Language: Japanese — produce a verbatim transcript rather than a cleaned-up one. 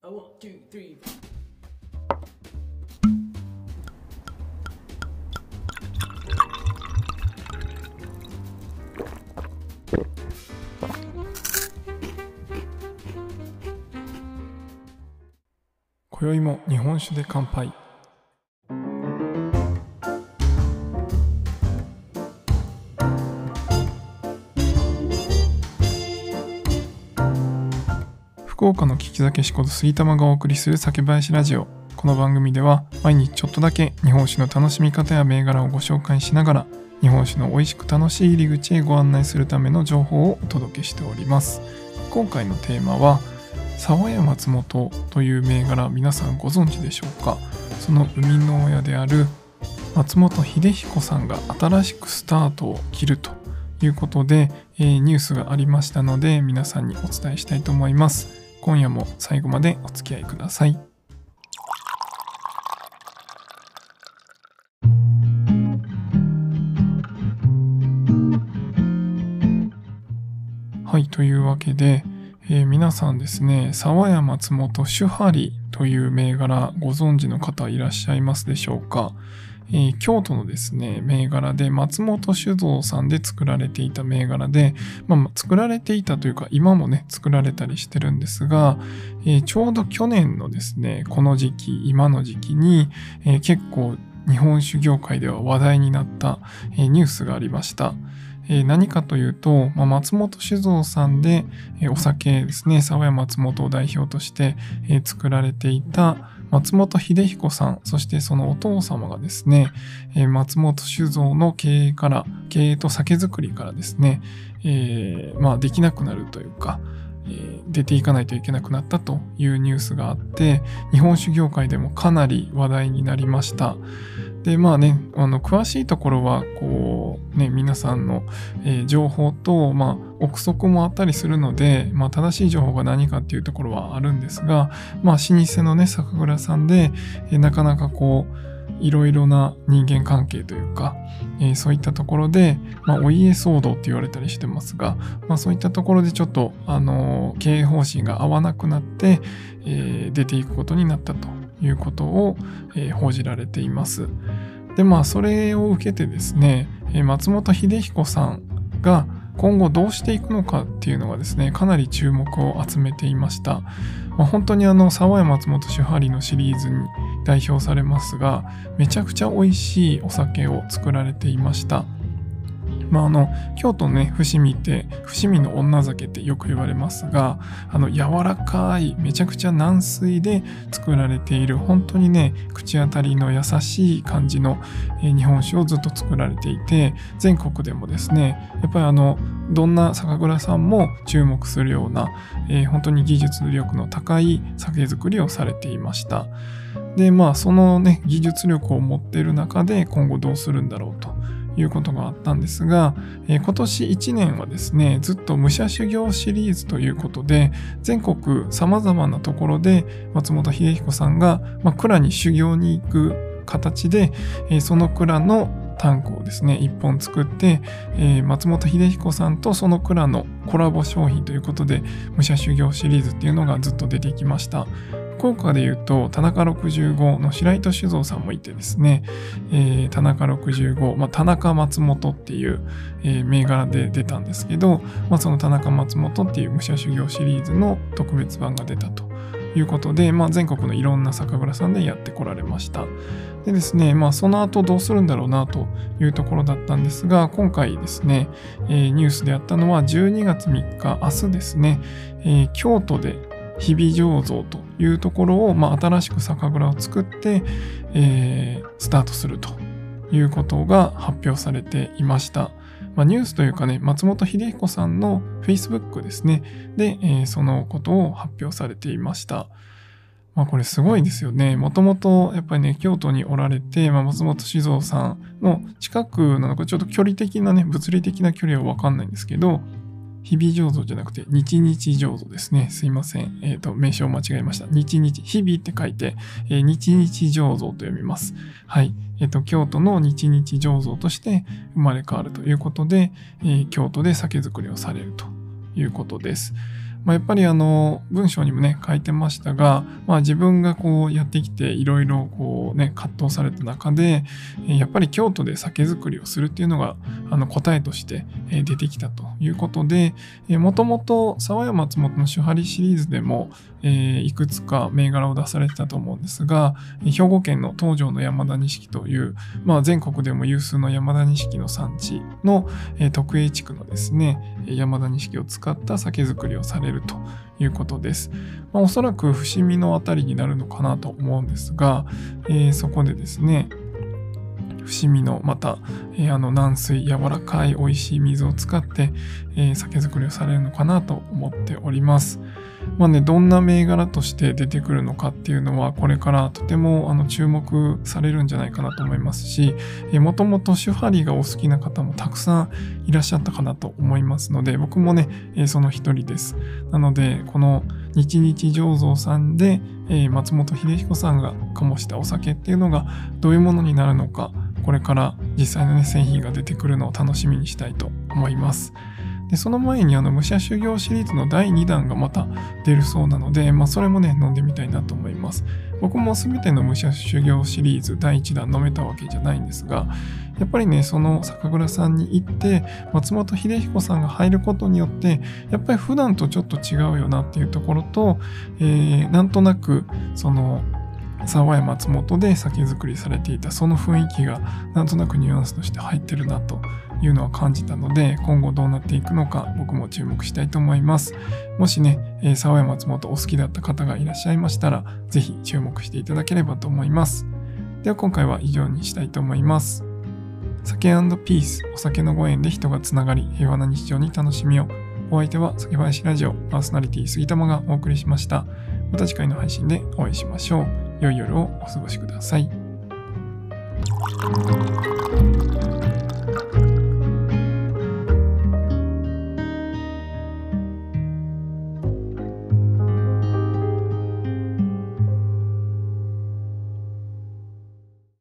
one, two, three. 今宵も日本酒で乾杯。福岡の利き酒師こと杉玉がお送りする酒林ラジオ。この番組では毎日ちょっとだけ日本酒の楽しみ方や銘柄をご紹介しながら、日本酒の美味しく楽しい入り口へご案内するための情報をお届けしております。今回のテーマは沢屋松本という銘柄、皆さんご存知でしょうか。その生みの親である松本秀彦さんが新しくスタートを切るということで、えー、ニュースがありましたので、皆さんにお伝えしたいと思います。今夜も最後までお付き合いください。はい、というわけで、えー、皆さんですね、沢屋松本酒張という銘柄ご存知の方いらっしゃいますでしょうか。えー、京都のですね、銘柄で松本酒造さんで作られていた銘柄で、まあ、作られていたというか今もね作られたりしてるんですが、えー、ちょうど去年のですねこの時期今の時期に、えー、結構日本酒業界では話題になった、えー、ニュースがありました。えー、何かというと、まあ、松本酒造さんで、えー、お酒ですね、沢屋松本を代表として、えー、作られていた松本秀彦さん、そしてそのお父様がですね、えー、松本酒造の経営から、経営と酒造りからですね、えー、まあできなくなるというか、えー、出ていかないといけなくなったというニュースがあって、日本酒業界でもかなり話題になりました。でまあね、あの詳しいところはこうね皆さんの、えー、情報と、まあ、憶測もあったりするので、まあ、正しい情報が何かっていうところはあるんですが、まあ、老舗のね酒蔵さんで、えー、なかなかこういろいろな人間関係というか、えー、そういったところで、まあ、お家騒動って言われたりしてますが、まあ、そういったところでちょっと、あのー、経営方針が合わなくなって、えー、出ていくことになったということを、えー、報じられています。でまあそれを受けてですね、えー、松本秀彦さんが今後どうしていくのかっていうのがですねかなり注目を集めていました。まあ、本当にあの沢屋松本酒張のシリーズに代表されますが、めちゃくちゃ美味しいお酒を作られていました。まあ、あの京都のね伏見って伏見の女酒ってよく言われますが、あの柔らかいめちゃくちゃ軟水で作られている本当にね口当たりの優しい感じの、えー、日本酒をずっと作られていて、全国でもですねやっぱりあのどんな酒蔵さんも注目するような、えー、本当に技術力の高い酒造りをされていました。でまあそのね技術力を持っている中で今後どうするんだろうということがあったんですが、えー、今年いちねんはですねずっと武者修行シリーズということで、全国さまざまなところで松本秀彦さんが、まあ、蔵に修行に行く形で、えー、その蔵のタンクをですねいっぽん作って、えー、松本秀彦さんとその蔵のコラボ商品ということで武者修行シリーズっていうのがずっと出てきました。福岡でいうと田中ろくじゅうごの白糸酒造さんもいてですね、えー、田中ろくじゅうご、まあ、田中松本っていう、えー、銘柄で出たんですけど、まあ、その田中松本っていう武者修行シリーズの特別版が出たということで、まあ、全国のいろんな酒蔵さんでやってこられました。でですね、まあ、その後どうするんだろうなというところだったんですが、今回ですね、えー、ニュースであったのはじゅうにがつみっか、明日ですね、えー、京都で日々醸造というところを、まあ、新しく酒蔵を作って、えー、スタートするということが発表されていました。まあ、ニュースというかね、松本秀彦さんの Facebook ですね、で、えー、そのことを発表されていました。まあ、これすごいですよね。もともとやっぱりね、京都におられて、まあ、松本酒造さんの近くなのか、ちょっと距離的なね、物理的な距離はわかんないんですけど、日々醸造じゃなくて日々醸造ですね。すいません。えっと、名称を間違えました。日々、日々って書いて、えー、日々醸造と読みます。はい。えっと、京都の日々醸造として生まれ変わるということで、えー、京都で酒造りをされるということです。 まあ、やっぱりあの文章にもね書いてましたが、まあ、自分がこうやってきていろいろこうね葛藤された中で、やっぱり京都で酒造りをするっていうのがあの答えとして出てきたということで、もともと沢谷松本の手張りシリーズでもいくつか銘柄を出されてたと思うんですが、兵庫県の東条の山田錦という、まあ、全国でも有数の山田錦の産地の徳永地区のですね山田錦を使った酒造りをされるということです。まあ、おそらく伏見のあたりになるのかなと思うんですが、えー、そこでですね伏見のまた、えー、あの軟水柔らかい美味しい水を使って、えー、酒造りをされるのかなと思っております。まあね、どんな銘柄として出てくるのかっていうのはこれからとてもあの注目されるんじゃないかなと思いますし、もともと手張りがお好きな方もたくさんいらっしゃったかなと思いますので、僕もね、えー、その一人です。なのでこの日々醸造さんで、えー、松本秀彦さんが醸したお酒っていうのがどういうものになるのか、これから実際の、ね、製品が出てくるのを楽しみにしたいと思います。でその前にあの武者修行シリーズのだいにだんがまた出るそうなので、まあ、それもね飲んでみたいなと思います。僕も全ての武者修行シリーズだいいちだん飲めたわけじゃないんですが、やっぱりねその酒蔵さんに行って松本秀彦さんが入ることによってやっぱり普段とちょっと違うよなっていうところと、えー、なんとなくその沢谷松本で酒造りされていたその雰囲気がなんとなくニュアンスとして入ってるなというのは感じたので、今後どうなっていくのか僕も注目したいと思います。もしね、えー、沢谷松本お好きだった方がいらっしゃいましたらぜひ注目していただければと思います。では今回は以上にしたいと思います。酒&ピース、お酒のご縁で人がつながり平和な日常に楽しみを。お相手は酒林ラジオパーソナリティ杉玉がお送りしました。また次回の配信でお会いしましょう。良い夜をお過ごしください。